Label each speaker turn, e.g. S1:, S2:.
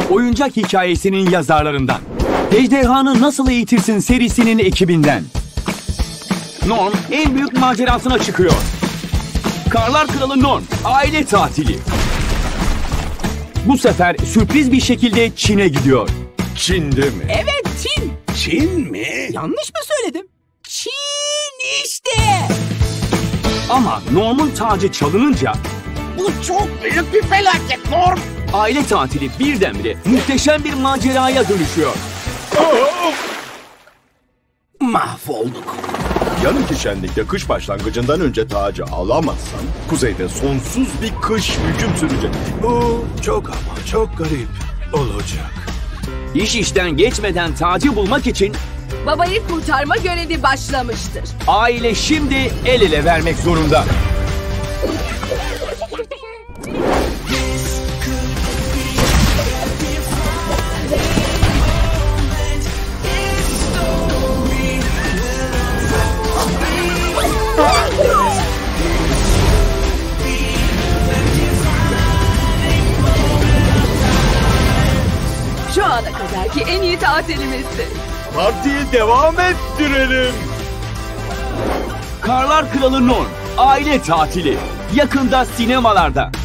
S1: oyuncak hikayesinin yazarlarından. Ejderhanı Nasıl Eğitirsin serisinin ekibinden. Norm en büyük macerasına çıkıyor. Karlar Kralı Norm, aile tatili. Bu sefer sürpriz bir şekilde Çin'e gidiyor.
S2: Çin'de mi?
S3: Evet, Çin.
S2: Çin mi?
S3: Yanlış mı söyledim? Çin işte.
S1: Ama Norm'un tacı çalınınca
S2: Bu çok büyük bir felaket Norm.
S1: aile tatili birdenbire muhteşem bir maceraya dönüşüyor.
S2: Mahvolduk. Yarınki şenlikte kış başlangıcından önce tacı alamazsan kuzeyde sonsuz bir kış hüküm sürecek. Bu çok ama çok garip olacak.
S1: İş işten geçmeden tacı bulmak için
S4: Babayı kurtarma görevi başlamıştır.
S1: aile şimdi el ele vermek zorunda.
S4: Şu ana kadarki en iyi tatilimizdi.
S2: Partiyi devam ettirelim.
S1: Karlar Kralı Norm, aile tatili. Yakında sinemalarda.